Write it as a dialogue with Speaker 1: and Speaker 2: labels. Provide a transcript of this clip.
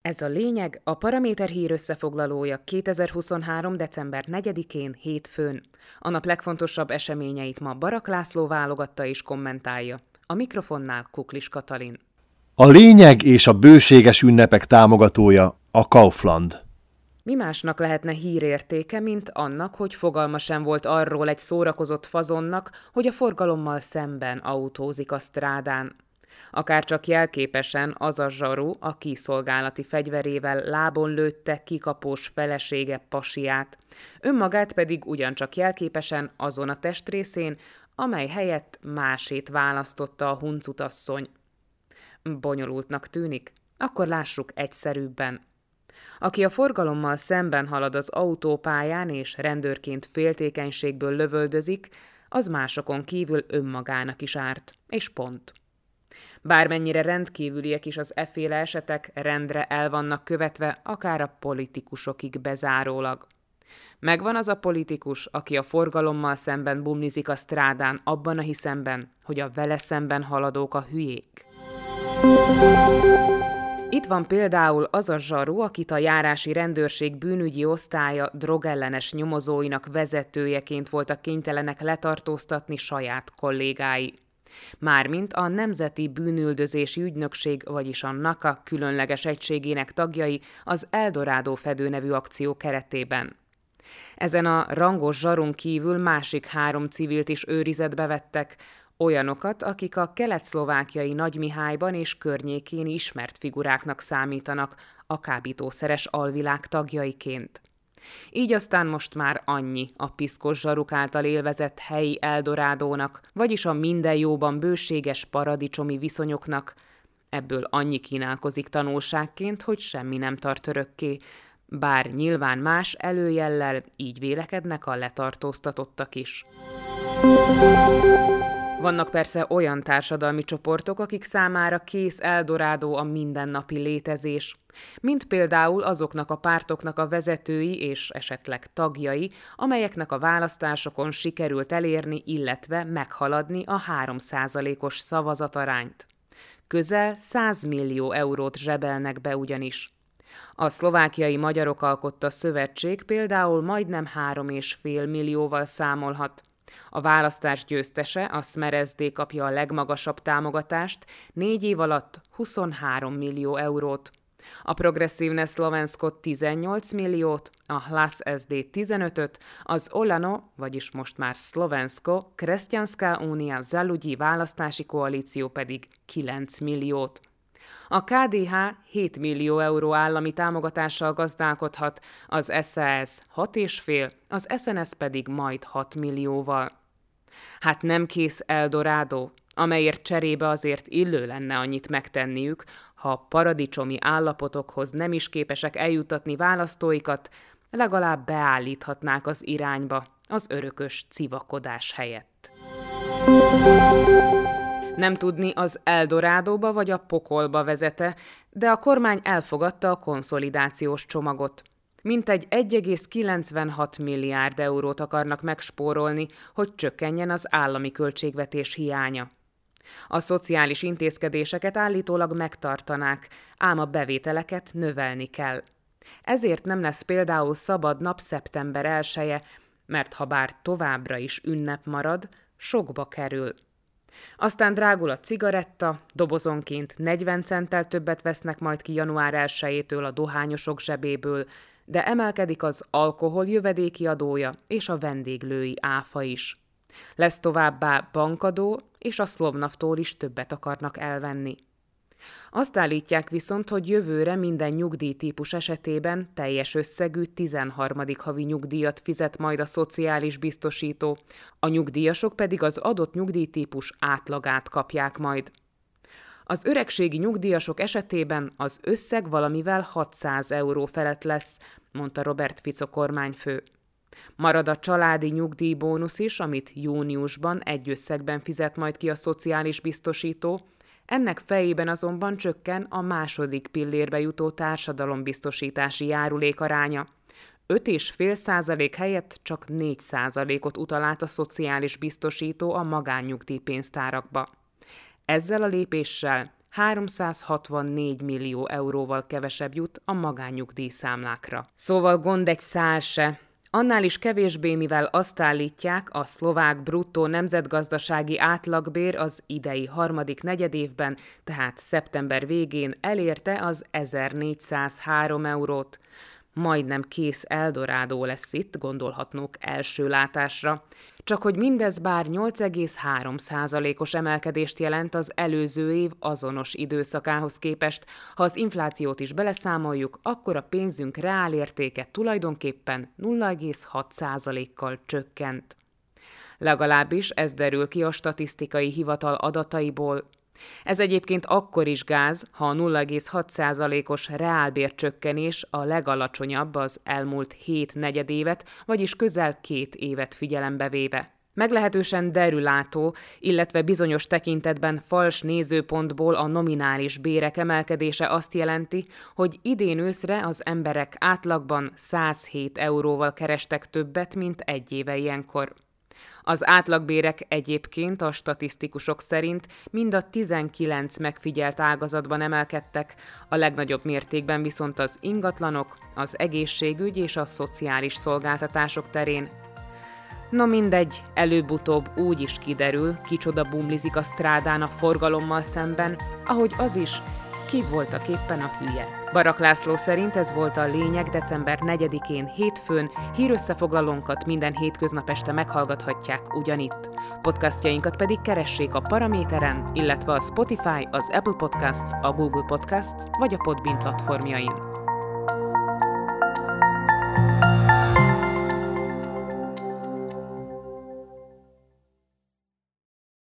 Speaker 1: Ez a lényeg, a Paraméter hír összefoglalója 2023. december 4-én hétfőn. A nap legfontosabb eseményeit ma Barak László válogatta és kommentálja. A mikrofonnál Kuklis Katalin.
Speaker 2: A lényeg és a bőséges ünnepek támogatója a Kaufland.
Speaker 1: Mi másnak lehetne hírértéke, mint annak, hogy fogalma sem volt arról egy szórakozott fazonnak, hogy a forgalommal szemben autózik a strádán. Akárcsak jelképesen az a zsaru, aki szolgálati fegyverével lábon lőtte kikapós felesége pasiát, önmagát pedig ugyancsak jelképesen azon a testrészén, amely helyett másét választotta a huncutasszony. Bonyolultnak tűnik? Akkor lássuk egyszerűbben. Aki a forgalommal szemben halad az autópályán és rendőrként féltékenységből lövöldözik, az másokon kívül önmagának is árt, és pont. Bármennyire rendkívüliek is az efféle esetek, rendre el vannak követve, akár a politikusokig bezárólag. Megvan az a politikus, aki a forgalommal szemben bumlizik a strádán abban a hiszemben, hogy a vele szemben haladók a hülyék. Itt van például az a zsaru, akit a járási rendőrség bűnügyi osztálya drogellenes nyomozóinak vezetőjeként voltak kénytelenek letartóztatni saját kollégái. Mármint a Nemzeti Bűnüldözési Ügynökség, vagyis a NACA különleges egységének tagjai az Eldorado fedő nevű akció keretében. Ezen a rangos zsarun kívül másik 3 civilt is őrizetbe vettek, olyanokat, akik a kelet-szlovákiai Nagymihályban és környékén ismert figuráknak számítanak a kábítószeres alvilág tagjaiként. Így aztán most már annyi a piszkos zsaruk által élvezett helyi Eldorádónak, vagyis a minden jóban bőséges paradicsomi viszonyoknak. Ebből annyi kínálkozik tanulságként, hogy semmi nem tart örökké, bár nyilván más előjellel így vélekednek a letartóztatottak is. Vannak persze olyan társadalmi csoportok, akik számára kész Eldorádó a mindennapi létezés, mint például azoknak a pártoknak a vezetői és esetleg tagjai, amelyeknek a választásokon sikerült elérni, illetve meghaladni a 3%-os szavazatarányt. Közel 100 millió eurót zsebelnek be ugyanis. A szlovákiai magyarok alkotta szövetség például majdnem 3,5 millióval számolhat. A választás győztese, a Smer-SD kapja a legmagasabb támogatást, 4 év alatt 23 millió eurót. A Progressivne Slovensko 18 milliót, a Hlas SD 15-öt, az Olano, vagyis most már Slovensko, Kresťanská únia za ľudí választási koalíció pedig 9 milliót. A KDH 7 millió euró állami támogatással gazdálkodhat, az SZSZ 6,5, az SNS pedig majd 6 millióval. Hát nem kész Eldorádó, amelyért cserébe azért illő lenne annyit megtenniük, ha paradicsomi állapotokhoz nem is képesek eljutatni választóikat, legalább beállíthatnák az irányba az örökös civakodás helyett. Nem tudni, az Eldorádóba vagy a pokolba vezete, de a kormány elfogadta a konszolidációs csomagot. Mintegy 1,96 milliárd eurót akarnak megspórolni, hogy csökkenjen az állami költségvetés hiánya. A szociális intézkedéseket állítólag megtartanák, ám a bevételeket növelni kell. Ezért nem lesz például szabad nap szeptember 1-je, mert ha bár továbbra is ünnep marad, sokba kerül. Aztán drágul a cigaretta, dobozonként 40 centtel többet vesznek majd ki január 1-től a dohányosok zsebéből, de emelkedik az alkohol jövedéki adója és a vendéglői áfa is. Lesz továbbá bankadó, és a Szlovnaftól is többet akarnak elvenni. Azt állítják viszont, hogy jövőre minden nyugdíjtípus esetében teljes összegű 13. havi nyugdíjat fizet majd a szociális biztosító, a nyugdíjasok pedig az adott nyugdíjtípus átlagát kapják majd. Az öregségi nyugdíjasok esetében az összeg valamivel 600 euró felett lesz, mondta Robert Fico kormányfő. Marad a családi nyugdíjbónusz is, amit júniusban egy összegben fizet majd ki a szociális biztosító, ennek fejében azonban csökken a második pillérbe jutó társadalombiztosítási járulék aránya. 5,5% helyett csak 4%-ot utal át a szociális biztosító a magánnyugdíjpénztárakba. Ezzel a lépéssel 364 millió euróval kevesebb jut a magánnyugdíjszámlákra. Szóval gond egy szál se. Annál is kevésbé, mivel azt állítják, a szlovák bruttó nemzetgazdasági átlagbér az idei harmadik negyedévben, tehát szeptember végén elérte az 1403 eurót. Majdnem kész Eldorádó lesz itt, gondolhatnók első látásra. Csak hogy mindez bár 8,3%-os emelkedést jelent az előző év azonos időszakához képest, ha az inflációt is beleszámoljuk, akkor a pénzünk reálértéke tulajdonképpen 0,6%-kal csökkent. Legalábbis ez derül ki a statisztikai hivatal adataiból. Ez egyébként akkor is gáz, ha a 0,6%-os reálbércsökkenés a legalacsonyabb az elmúlt 7 negyedévet, vagyis közel 2 évet figyelembe véve. Meglehetősen derülátó, illetve bizonyos tekintetben fals nézőpontból a nominális bérek emelkedése azt jelenti, hogy idén őszre az emberek átlagban 107 euróval kerestek többet, mint egy éve ilyenkor. Az átlagbérek egyébként a statisztikusok szerint mind a 19 megfigyelt ágazatban emelkedtek, a legnagyobb mértékben viszont az ingatlanok, az egészségügy és a szociális szolgáltatások terén. No mindegy, előbb-utóbb úgy is kiderül, kicsoda bumlizik a strádán a forgalommal szemben, ahogy az is, ki voltak éppen a hülye. Barak László szerint ez volt a lényeg december 4-én hétfőn, hírösszefoglalónkat minden hétköznap este meghallgathatják ugyanitt. Podcastjainkat pedig keressék a Paraméteren, illetve a Spotify, az Apple Podcasts, a Google Podcasts vagy a Podbean platformjain.